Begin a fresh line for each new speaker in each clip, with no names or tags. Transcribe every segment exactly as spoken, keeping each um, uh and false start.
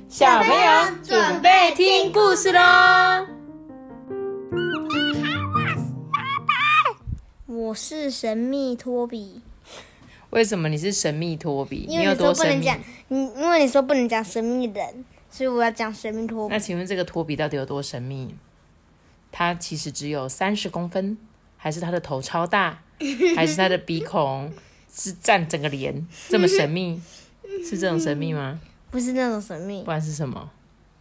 小朋友准备听故事咯。
我是神秘托比。
为什么你是神秘托比？
因为你说不能讲，你因为你说不能讲神秘人，所以我要讲神秘托比。
那请问这个托比到底有多神秘？他其实只有三十公分，还是他的头超大，还是他的鼻孔是占整个脸这么神秘？是这种神秘吗？
不是那种神秘，
不然是什么？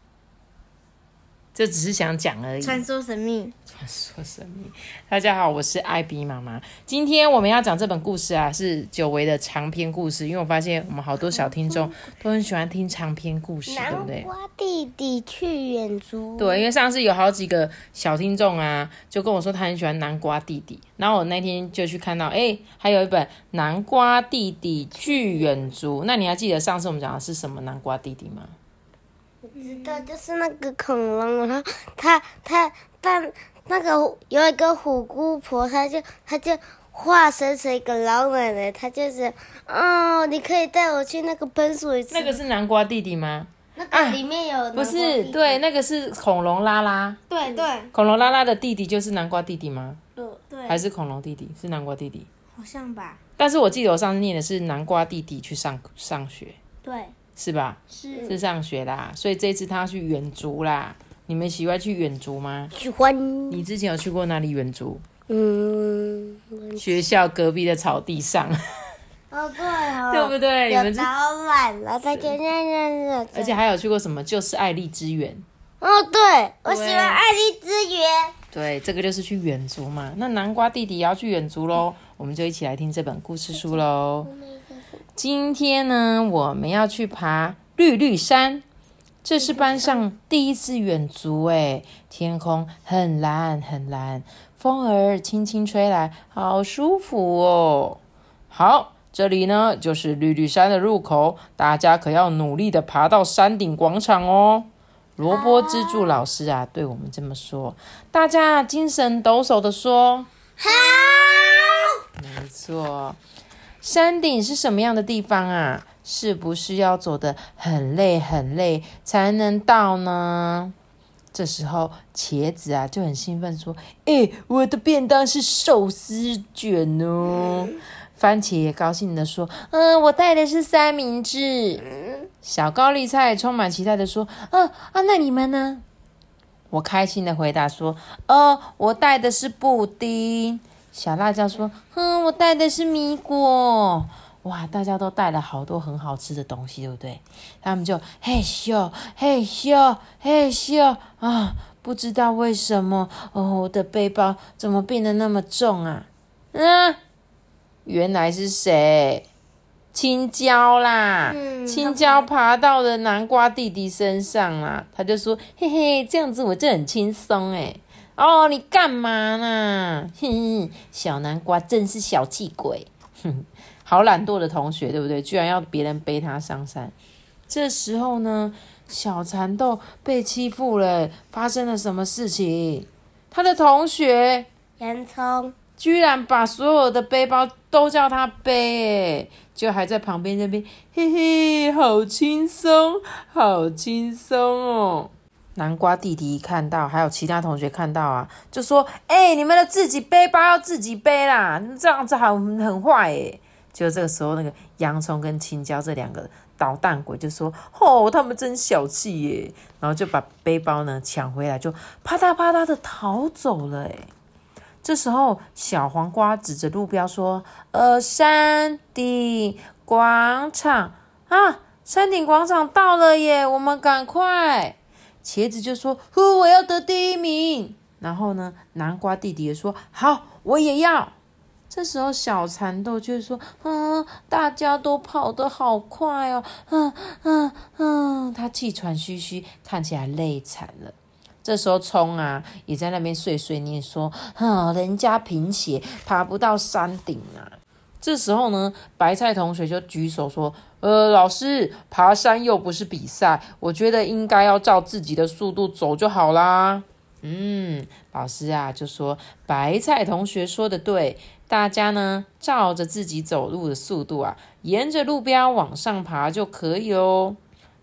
这只是想讲而已。
传说神秘，
传说神秘。大家好，我是艾比妈妈。今天我们要讲这本故事啊，是久违的长篇故事。因为我发现我们好多小听众都很喜欢听长篇故事，对不对？
南瓜弟弟去远足。
对，因为上次有好几个小听众啊，就跟我说他很喜欢南瓜弟弟。然后我那天就去看到，哎，还有一本南瓜弟弟去远足。那你还记得上次我们讲的是什么南瓜弟弟吗？
我知道，就是那个恐龙，然后他他他那个有一个虎姑婆，他就他就化身成一个老奶奶，他就是哦，你可以带我去那个喷水池。
那个是南瓜弟弟吗？
那个里面有、啊、
不是，对，那个是恐龙拉拉。
对对，
恐龙拉拉的弟弟就是南瓜弟弟吗？
对对，
还是恐龙弟弟是南瓜弟弟？
好像吧。
但是我记得我上次念的是南瓜弟弟去上上学。
对。
是吧？
是
是上学啦，所以这次他要去远足啦。你们喜欢去远足吗？
喜欢。
你之前有去过哪里远足？
嗯，
学校隔壁的草地上。
哦，对哦，
对不对？
有导览，然后再就那
而且还有去过什么？就是爱丽之园。
哦，对，我喜欢爱丽之园。
对，这个就是去远足嘛。那南瓜弟弟也要去远足咯，我们就一起来听这本故事书咯。今天呢，我们要去爬绿绿山，这是班上第一次远足诶。天空很蓝很蓝，风儿轻轻吹来，好舒服哦。好，这里呢就是绿绿山的入口，大家可要努力的爬到山顶广场哦。萝卜之助老师啊，对我们这么说，大家精神抖擞的说：
好。
没错。山顶是什么样的地方啊？是不是要走得很累很累才能到呢？这时候茄子啊就很兴奋说：诶，我的便当是寿司卷哦。番茄也高兴的说：嗯，我带的是三明治。小高丽菜充满期待的说：嗯啊，那你们呢？我开心的回答说：哦，我带的是布丁。小辣椒说：哼，我带的是米果。哇，大家都带了好多很好吃的东西，对不对？他们就嘿咻嘿咻嘿咻啊，不知道为什么哦，我的背包怎么变得那么重啊？嗯，原来是谁？青椒啦，嗯、青椒爬到了南瓜弟弟身上啦，他就说：嘿嘿，这样子我就很轻松诶。哦，你干嘛呢？哼，小南瓜真是小气鬼。哼，好懒惰的同学，对不对？居然要别人背他上山。这时候呢，小蚕豆被欺负了，发生了什么事情？他的同学
洋葱
居然把所有的背包都叫他背，哎，就还在旁边那边，嘿嘿，好轻松，好轻松哦。南瓜弟弟一看到，还有其他同学看到啊，就说：哎、欸，你们的自己背包要自己背啦，这样子很很坏耶。就这个时候，那个洋葱跟青椒这两个捣蛋鬼就说：哦，他们真小气耶。然后就把背包呢抢回来，就啪嗒啪嗒的逃走了耶。这时候，小黄瓜指着路标说：呃，山顶广场啊，山顶广场到了耶，我们赶快。茄子就说：呼，我要得第一名。然后呢，南瓜弟弟也说：好，我也要。这时候小蚕豆就说：嗯，大家都跑得好快哦，嗯嗯嗯，他气喘吁吁，看起来累惨了。这时候葱啊也在那边碎碎念说：嗯，人家贫血爬不到山顶啊。这时候呢，白菜同学就举手说：呃，老师，爬山又不是比赛，我觉得应该要照自己的速度走就好啦。嗯，老师啊就说：白菜同学说的对，大家呢照着自己走路的速度啊，沿着路标往上爬就可以咯。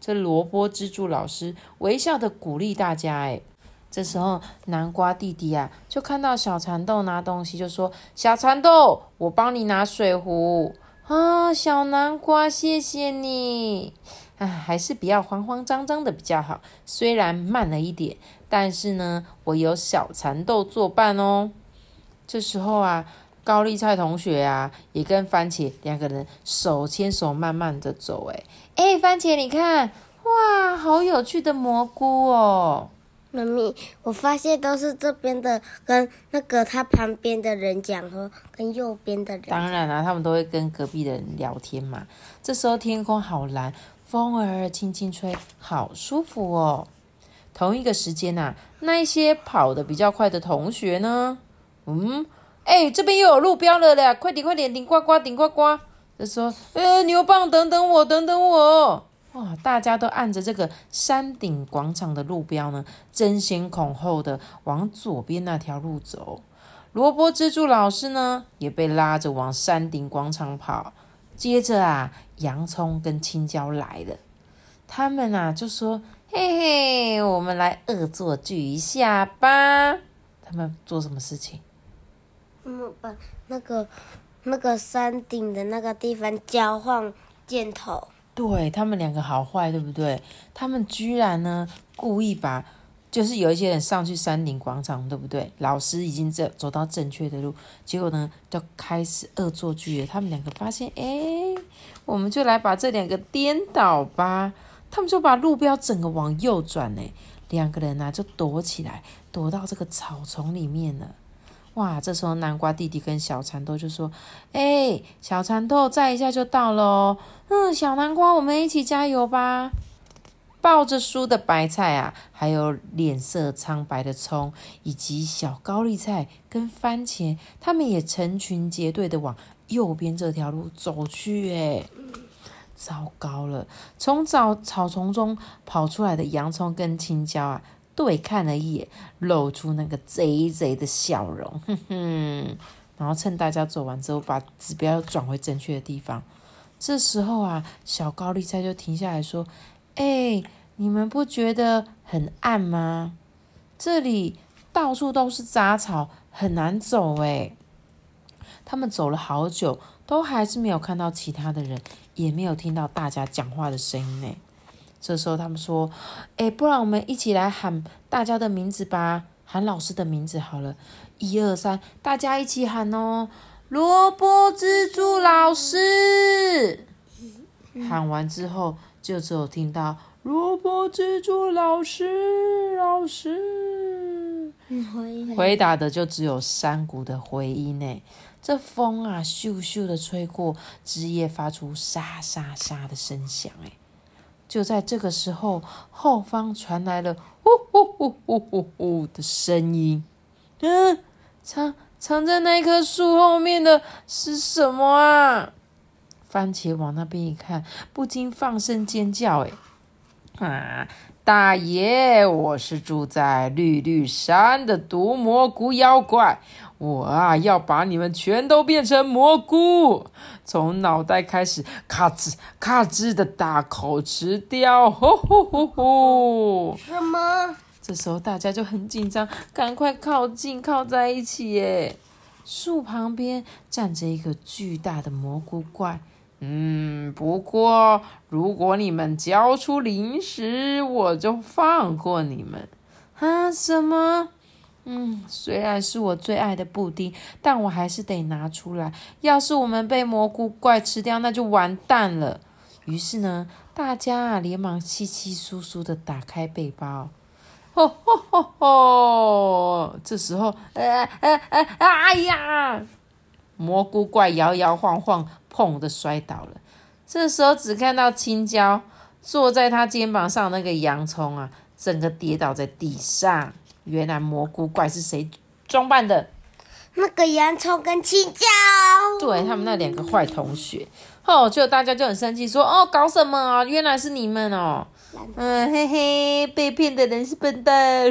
这萝卜蜘蛛老师微笑的鼓励大家。哎，这时候南瓜弟弟啊，就看到小蚕豆拿东西，就说：“小蚕豆，我帮你拿水壶。”啊，小南瓜，谢谢你。啊，还是不要慌慌张张的比较好。虽然慢了一点，但是呢，我有小蚕豆作伴哦。这时候啊，高丽菜同学啊，也跟番茄两个人手牵手慢慢的走。哎哎，番茄，你看，哇，好有趣的蘑菇哦！
妈咪，我发现都是这边的跟那个他旁边的人讲话，跟右边的人。
当然啦、啊，他们都会跟隔壁的人聊天嘛。这时候天空好蓝，风儿轻轻吹，好舒服哦。同一个时间啊，那一些跑得比较快的同学呢？嗯，哎，这边又有路标了啦！快点快点，顶呱呱顶呱呱！这时候，呃，牛蒡，等等我，等等我！哇，大家都按着这个山顶广场的路标呢，争先恐后的往左边那条路走。萝卜蜘蛛老师呢，也被拉着往山顶广场跑。接着啊，洋葱跟青椒来了，他们啊就说：“嘿嘿，我们来恶作剧一下吧。”他们做什么事情？
嗯，把那个那个山顶的那个地方交换箭头。
对，他们两个好坏，对不对？他们居然呢故意把，就是有一些人上去山顶广场，对不对？老师已经走走到正确的路，结果呢就开始恶作剧了。他们两个发现，哎，我们就来把这两个颠倒吧。他们就把路标整个往右转，哎，两个人啊就躲起来，躲到这个草丛里面了。哇，这时候南瓜弟弟跟小蚕豆就说：“哎，小蚕豆，再一下就到了哦。嗯，小南瓜，我们一起加油吧！”抱着书的白菜啊，还有脸色苍白的葱，以及小高丽菜跟番茄，他们也成群结队的往右边这条路走去。哎，糟糕了！从草草丛中跑出来的洋葱跟青椒啊，对看了一眼，露出那个贼贼的笑容，哼哼。然后趁大家走完之后，把指标转回正确的地方。这时候啊，小高丽菜就停下来说：“哎，你们不觉得很暗吗？这里到处都是杂草，很难走哎。”他们走了好久，都还是没有看到其他的人，也没有听到大家讲话的声音呢。这时候他们说：“哎，不然我们一起来喊大家的名字吧，喊老师的名字好了。一二三，大家一起喊哦！萝卜蜘蛛老师。”喊完之后，就只有听到萝卜蜘蛛老师，老师。回答的就只有山谷的回音呢。这风啊，咻咻的吹过，枝叶发出沙沙沙的声响。哎。就在这个时候，后方传来了呼呼呼呼呼呼的声音。嗯，藏藏在那棵树后面的是什么啊？番茄往那边一看，不禁放声尖叫。哎，啊，大爷，我是住在绿绿山的毒蘑菇妖怪。我啊，要把你们全都变成蘑菇，从脑袋开始咔吱咔吱的大口吃掉。吼吼吼吼！
什么？
这时候大家就很紧张，赶快靠近，靠在一起耶。树旁边站着一个巨大的蘑菇怪。嗯，不过如果你们交出零食，我就放过你们。啊？什么？嗯，虽然是我最爱的布丁，但我还是得拿出来。要是我们被蘑菇怪吃掉，那就完蛋了。于是呢，大家啊连忙稀稀疏疏的打开背包。吼吼吼吼！这时候，呃呃呃，哎呀！蘑菇怪摇摇晃晃，砰的摔倒了。这时候只看到青椒坐在他肩膀上那个洋葱啊，整个跌倒在地上。原来蘑菇怪是谁装扮的？
那个洋葱跟青椒。
对，他们那两个坏同学。哦，就大家就很生气，说：“哦，搞什么啊？原来是你们哦！”嗯，嘿嘿，被骗的人是笨蛋。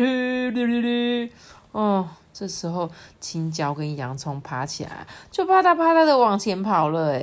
哦，这时候青椒跟洋葱爬起来，就啪嗒啪嗒的往前跑了。哎，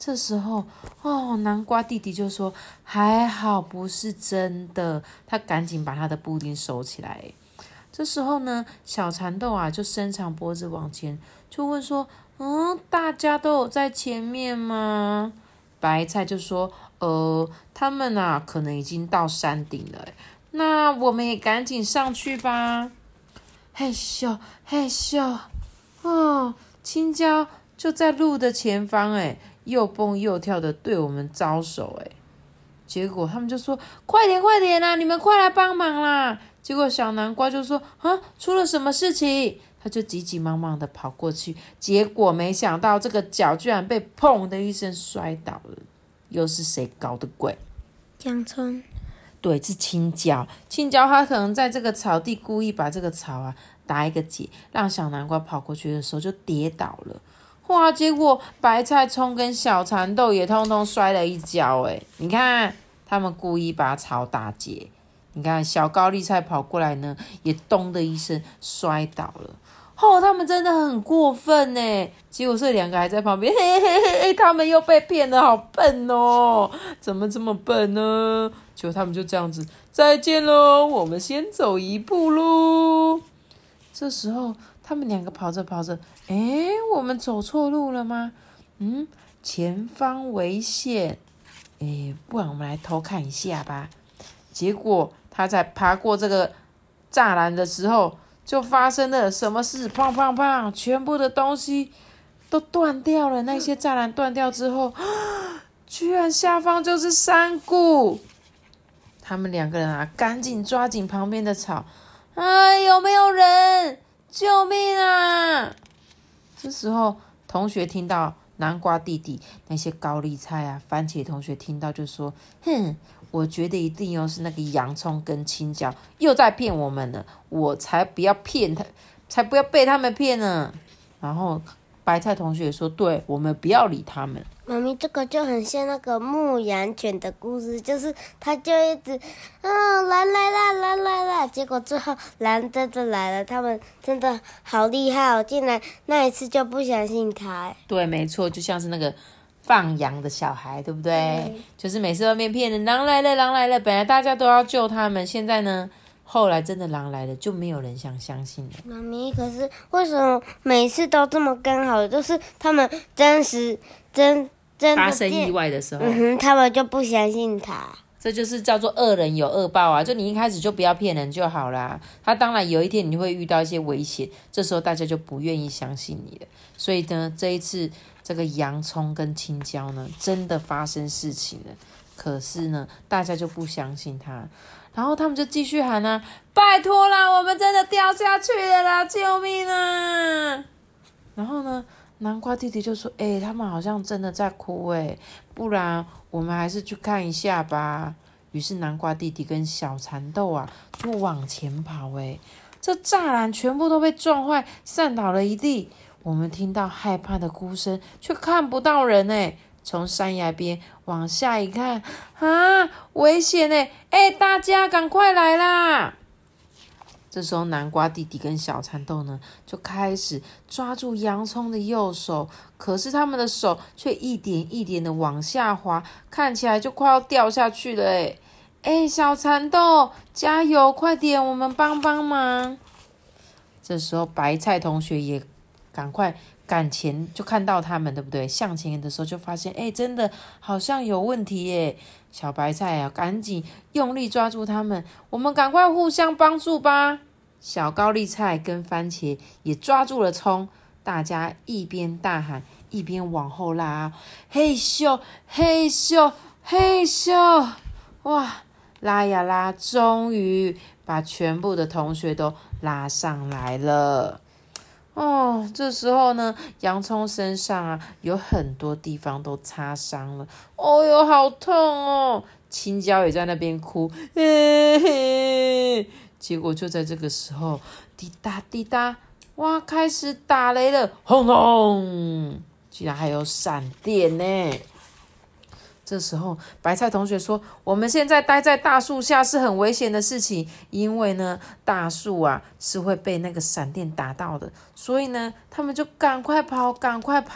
这时候，哦，南瓜弟弟就说：“还好不是真的。”他赶紧把他的布丁收起来。这时候呢，小蚕豆啊就伸长脖子往前，就问说：“嗯，大家都有在前面吗？”白菜就说：“呃，他们啊可能已经到山顶了，那我们也赶紧上去吧。”嘿咻嘿咻，哦，青椒就在路的前方，哎，又蹦又跳的对我们招手，哎，结果他们就说：“快点快点啦，你们快来帮忙啦！”结果小南瓜就说：“啊，出了什么事情？”他就急急忙忙的跑过去，结果没想到这个脚居然被砰的一声摔倒了。又是谁搞的鬼？
洋葱。
对，是青椒。青椒它可能在这个草地故意把这个草啊打一个结，让小南瓜跑过去的时候就跌倒了。哇！结果白菜、葱跟小蚕豆也通通摔了一跤。哎，你看，他们故意把草打结。你看，小高丽菜跑过来呢，也咚的一声摔倒了。哦，他们真的很过分耶！结果这两个还在旁边，嘿嘿嘿嘿，他们又被骗了，好笨哦！怎么这么笨呢？结果他们就这样子，再见喽，我们先走一步喽。这时候，他们两个跑着跑着，诶，我们走错路了吗？嗯，前方危险，诶，不然我们来偷看一下吧。结果他在爬过这个栅栏的时候，就发生了什么事？砰砰砰！全部的东西都断掉了。那些栅栏断掉之后，居然下方就是山谷。他们两个人啊，赶紧抓紧旁边的草。哎，有没有人？救命啊！这时候，同学听到南瓜弟弟那些高丽菜啊、番茄同学听到就说：“哼。”我觉得一定又是那个洋葱跟青椒又在骗我们了，我才不要骗他，才不要被他们骗呢。然后白菜同学说：“对，我们不要理他们。”
妈咪，这个就很像那个牧羊犬的故事，就是他就一直，嗯，狼来啦，狼来啦，结果最后狼真的来了，他们真的好厉害哦，竟然那一次就不相信他。
对，没错，就像是那个放羊的小孩，对不对？嗯、就是每次都被骗人，狼来了，狼来了。本来大家都要救他们，现在呢，后来真的狼来了，就没有人想相信了。
妈咪，可是为什么每次都这么刚好？就是他们真实真真的
发生意外的时候，
嗯哼，他们就不相信他。
这就是叫做恶人有恶报啊！就你一开始就不要骗人就好啦。他当然有一天你会遇到一些危险，这时候大家就不愿意相信你了。所以呢，这一次这个洋葱跟青椒呢，真的发生事情了。可是呢，大家就不相信他，然后他们就继续喊啊：“拜托啦，我们真的掉下去了啦，救命啊！”然后呢，南瓜弟弟就说：“哎、欸，他们好像真的在哭哎、欸，不然我们还是去看一下吧。”于是南瓜弟弟跟小蚕豆啊就往前跑哎、欸，这栅栏全部都被撞坏，散倒了一地。我们听到害怕的哭声，却看不到人哎、欸。从山崖边往下一看，啊，危险哎、欸！哎、欸，大家赶快来啦！这时候，南瓜弟弟跟小蚕豆呢，就开始抓住洋葱的右手，可是他们的手却一点一点的往下滑，看起来就快要掉下去了哎！哎，小蚕豆，加油，快点，我们帮帮忙！这时候，白菜同学也赶快赶前，就看到他们，对不对？向前的时候就发现，哎，真的好像有问题耶！小白菜啊，赶紧用力抓住他们，我们赶快互相帮助吧。小高丽菜跟番茄也抓住了葱，大家一边大喊，一边往后拉，嘿咻嘿咻嘿咻，哇，拉呀拉，终于把全部的同学都拉上来了。哦，这时候呢，洋葱身上啊有很多地方都擦伤了，哦哟，好痛哦！青椒也在那边哭，嘿嘿。结果就在这个时候，滴答滴答，哇，开始打雷了，轰轰！居然还有闪电呢！这时候，白菜同学说：“我们现在待在大树下是很危险的事情，因为呢，大树啊是会被那个闪电打到的，所以呢，他们就赶快跑，赶快跑，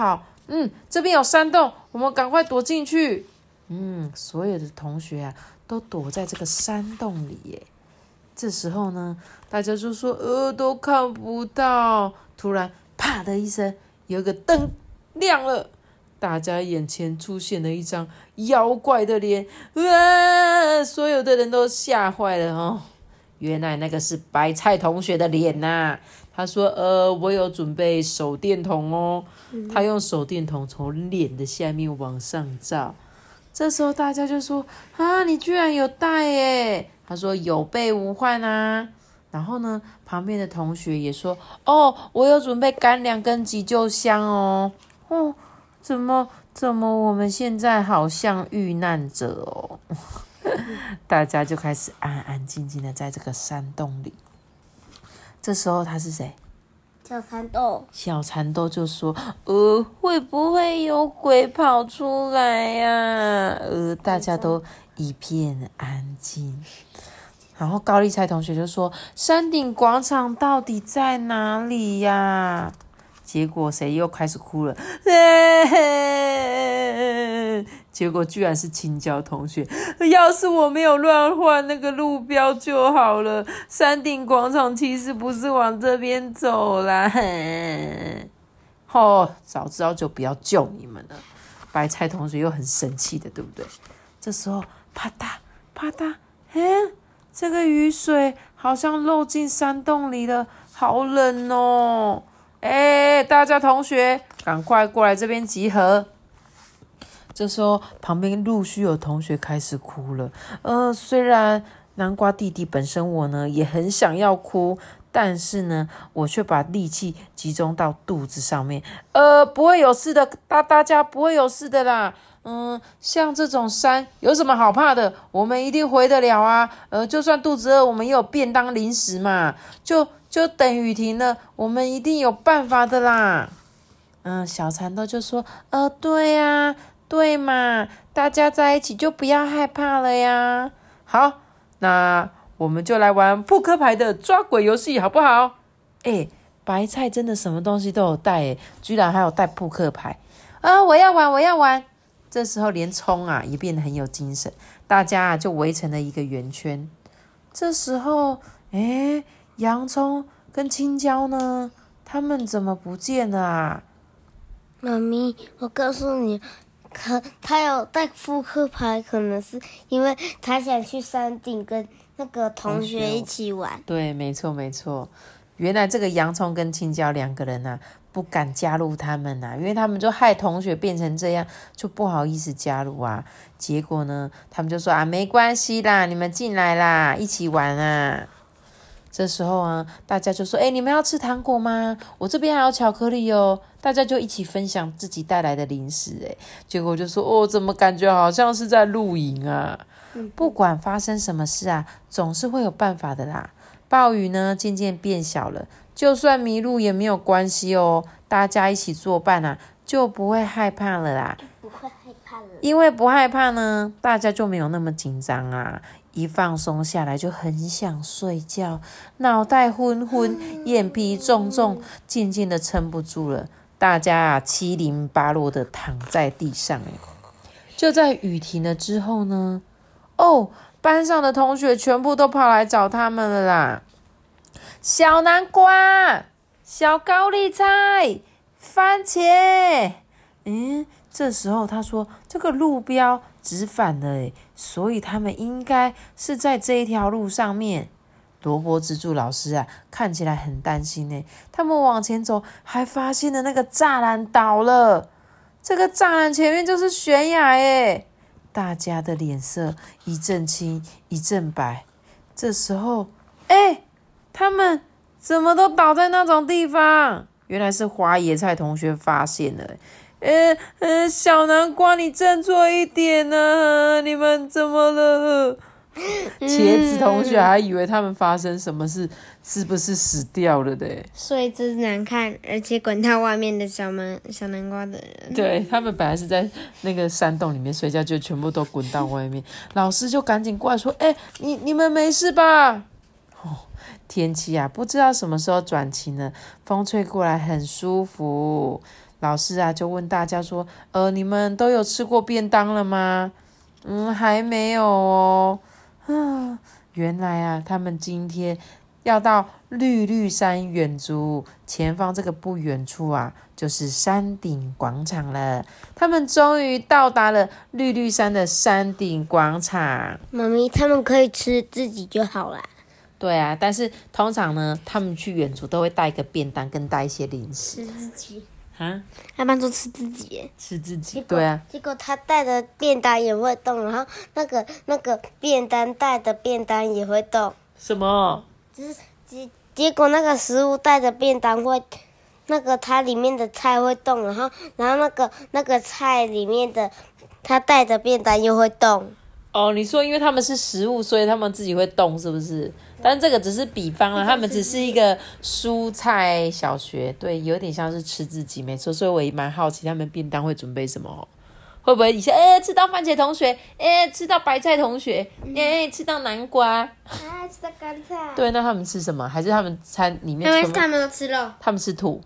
嗯，这边有山洞，我们赶快躲进去。嗯，所有的同学啊，都躲在这个山洞里耶。这时候呢，大家就说，呃，都看不到。突然，啪的一声，有一个灯亮了，大家眼前出现了一张妖怪的脸，啊！所有的人都吓坏了哦。原来那个是白菜同学的脸呐、啊。他说：“呃，我有准备手电筒哦。嗯”他用手电筒从脸的下面往上照。这时候大家就说：“啊，你居然有带耶！”他说：“有备无患啊。”然后呢，旁边的同学也说：“哦，我有准备干粮跟急救箱哦。”哦，怎么怎么我们现在好像遇难者哦？大家就开始安安静静的在这个山洞里。这时候他是谁？
小蚕豆。小
蚕豆就说：“呃，会不会有鬼跑出来呀、啊？”呃，大家都一片安静。然后高丽菜同学就说：“山顶广场到底在哪里呀？”结果谁又开始哭了？结果居然是青椒同学。要是我没有乱换那个路标就好了。山顶广场其实不是往这边走啦。哦，早知道就不要救你们了。白菜同学又很生气的，对不对？这时候啪嗒啪嗒，嗯，这个雨水好像漏进山洞里了，好冷哦。哎，大家同学，赶快过来这边集合。这时候，旁边陆续有同学开始哭了。呃，虽然南瓜弟弟本身我呢也很想要哭，但是呢，我却把力气集中到肚子上面。呃，不会有事的，大大家不会有事的啦。嗯，像这种山有什么好怕的？我们一定回得了啊！呃，就算肚子饿，我们也有便当零食嘛。就就等雨停了，我们一定有办法的啦。嗯，小蚕豆就说：“呃，对呀，对嘛，大家在一起就不要害怕了呀。好，那我们就来玩扑克牌的抓鬼游戏，好不好？”哎，白菜真的什么东西都有带，哎，居然还有带扑克牌啊！我要玩，我要玩。这时候连葱啊也变得很有精神，大家啊就围成了一个圆圈。这时候，诶，洋葱跟青椒呢？他们怎么不见了啊？
妈咪，我告诉你，可他有带扑克牌，可能是因为他想去山顶跟那个同学一起玩。
对，没错没错。原来这个洋葱跟青椒两个人啊，不敢加入他们啊，因为他们就害同学变成这样，就不好意思加入啊。结果呢，他们就说啊，没关系啦，你们进来啦，一起玩啊。这时候啊，大家就说，哎，你们要吃糖果吗？我这边还有巧克力哦。大家就一起分享自己带来的零食，哎，结果就说，哦，怎么感觉好像是在露营啊？嗯、不管发生什么事啊，总是会有办法的啦。暴雨呢渐渐变小了，就算迷路也没有关系哦，大家一起作伴啊，就不会害怕了啦。
不会害怕了，
因为不害怕呢，大家就没有那么紧张啊，一放松下来就很想睡觉，脑袋昏昏，眼皮重重，渐渐的撑不住了，大家啊七零八落的躺在地上。就在雨停了之后呢，哦。班上的同学全部都跑来找他们了啦！小南瓜、小高丽菜、番茄。嗯，这时候他说这个路标指反了诶，所以他们应该是在这一条路上面。萝卜蜘蛛老师啊，看起来很担心诶。他们往前走，还发现了那个栅栏倒了。这个栅栏前面就是悬崖诶。大家的脸色一阵青一阵白，这时候，哎，他们怎么都倒在那种地方？原来是花椰菜同学发现了。呃呃，小南瓜，你振作一点啊！你们怎么了？茄子同学还以为他们发生什么事，是不是死掉了的？
睡姿难看，而且滚到外面的小南小南瓜的人，
对，他们本来是在那个山洞里面睡觉，就全部都滚到外面。老师就赶紧过来说：“哎、欸，你你们没事吧？”哦，天气啊，不知道什么时候转晴了，风吹过来很舒服。 老师啊就问大家说，呃，你们都有吃过便当了吗？嗯，还没有哦。啊，原来啊，他们今天要到绿绿山远足，前方这个不远处啊，就是山顶广场了。他们终于到达了绿绿山的山顶广场。
妈咪，他们可以吃自己就好啦。
对啊，但是通常呢，他们去远足都会带一个便当，跟带一些零食。
吃自己
啊？
他们说吃自己耶，
吃自己。对啊。
结果他带的便当也会动，然后那个那个便当带的便当也会动。
什么？
就是结结果那个食物带的便当会，那个它里面的菜会动，然后然后那个那个菜里面的它带的便当又会动。
哦，你说因为他们是食物，所以他们自己会动，是不是？但这个只是比方啦，他们只是一个蔬菜小学，对，有点像是吃自己，没错。所以我也蛮好奇，他们便当会准备什么？会不会一下，哎、欸，吃到番茄同学，哎、欸，吃到白菜同学，哎、欸，吃到南瓜，
啊，吃到干菜。
对，那他们吃什么？还是他们餐里面全部？
他们都吃肉。
他们吃土。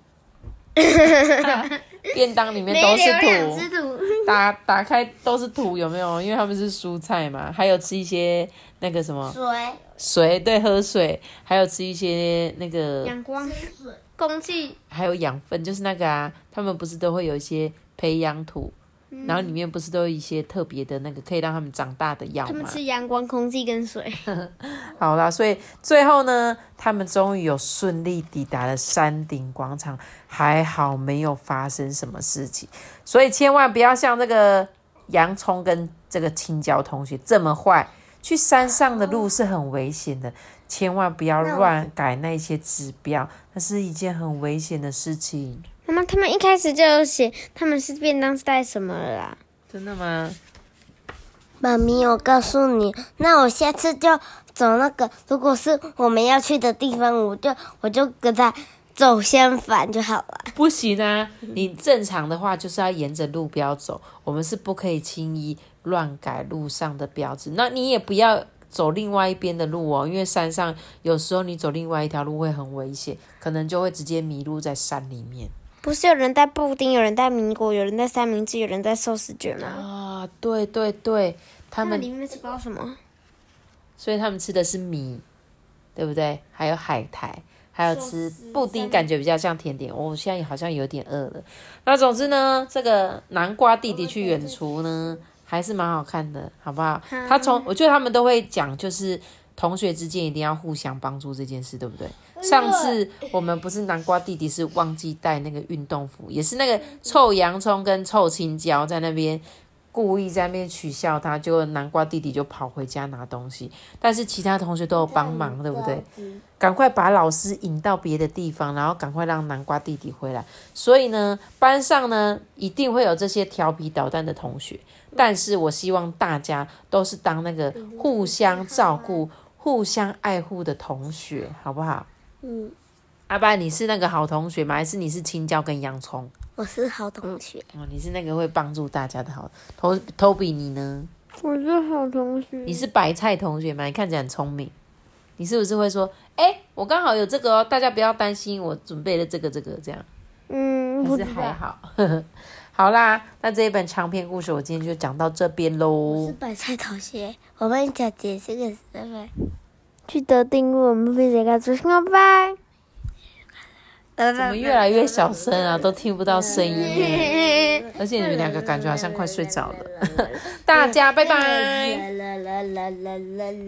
便当里面都是土，
吃土
打打开都是土，有没有？因为他们是蔬菜嘛，还有吃一些那个什么
水，
水对，喝水，还有吃一些那个
阳光、空气，
还有养分，就是那个啊，他们不是都会有一些培养土。然后里面不是都有一些特别的那个可以让他们长大的药吗？
他们吃阳光、空气跟水。
好啦，所以最后呢，他们终于有顺利抵达了山顶广场，还好没有发生什么事情。所以千万不要像这个洋葱跟这个青椒同学这么坏，去山上的路是很危险的，千万不要乱改那些指标，那是一件很危险的事情。
妈妈，他们一开始就有写他们是便当是带什么了啦？
真的吗？
妈咪，我告诉你，那我下次就走那个，如果是我们要去的地方，我就我就跟他走相反就好了。
不行啊，你正常的话就是要沿着路标走，我们是不可以轻易乱改路上的标志。那你也不要走另外一边的路哦，因为山上有时候你走另外一条路会很危险，可能就会直接迷路在山里面。
不是有人带布丁，有人带米果，有人带三明治，有人带寿司卷吗？
啊，对对对，他们
里面是包什么？
所以他们吃的是米，对不对？还有海苔，还有吃布丁，感觉比较像甜点。我、哦、现在好像有点饿了。那总之呢，这个南瓜弟弟去远足呢，还是蛮好看的，好不好？他从我觉得他们都会讲，就是同学之间一定要互相帮助这件事，对不对？上次我们不是南瓜弟弟是忘记带那个运动服，也是那个臭洋葱跟臭青椒在那边故意在那边取笑他，结果南瓜弟弟就跑回家拿东西，但是其他同学都有帮忙，对不对？赶快把老师引到别的地方，然后赶快让南瓜弟弟回来。所以呢，班上呢一定会有这些调皮捣蛋的同学，但是我希望大家都是当那个互相照顾、互相爱护的同学，好不好？嗯，阿爸，你是那个好同学吗？还是你是青椒跟洋葱？
我是好同学。
哦，你是那个会帮助大家的好。托托比你呢？
我是好同学。
你是白菜同学吗？你看起来很聪明。你是不是会说，哎、欸，我刚好有这个哦，大家不要担心，我准备了这个这个这样。
嗯，
还是还好。好啦，那这一本长篇故事我今天就讲到这边喽。
我是白菜同学，我帮你讲解这个词汇。记得订阅我们飞姐开出新哦，拜。
怎么越来越小声啊？都听不到声音耶！而且你们两个感觉好像快睡着了。大家拜拜。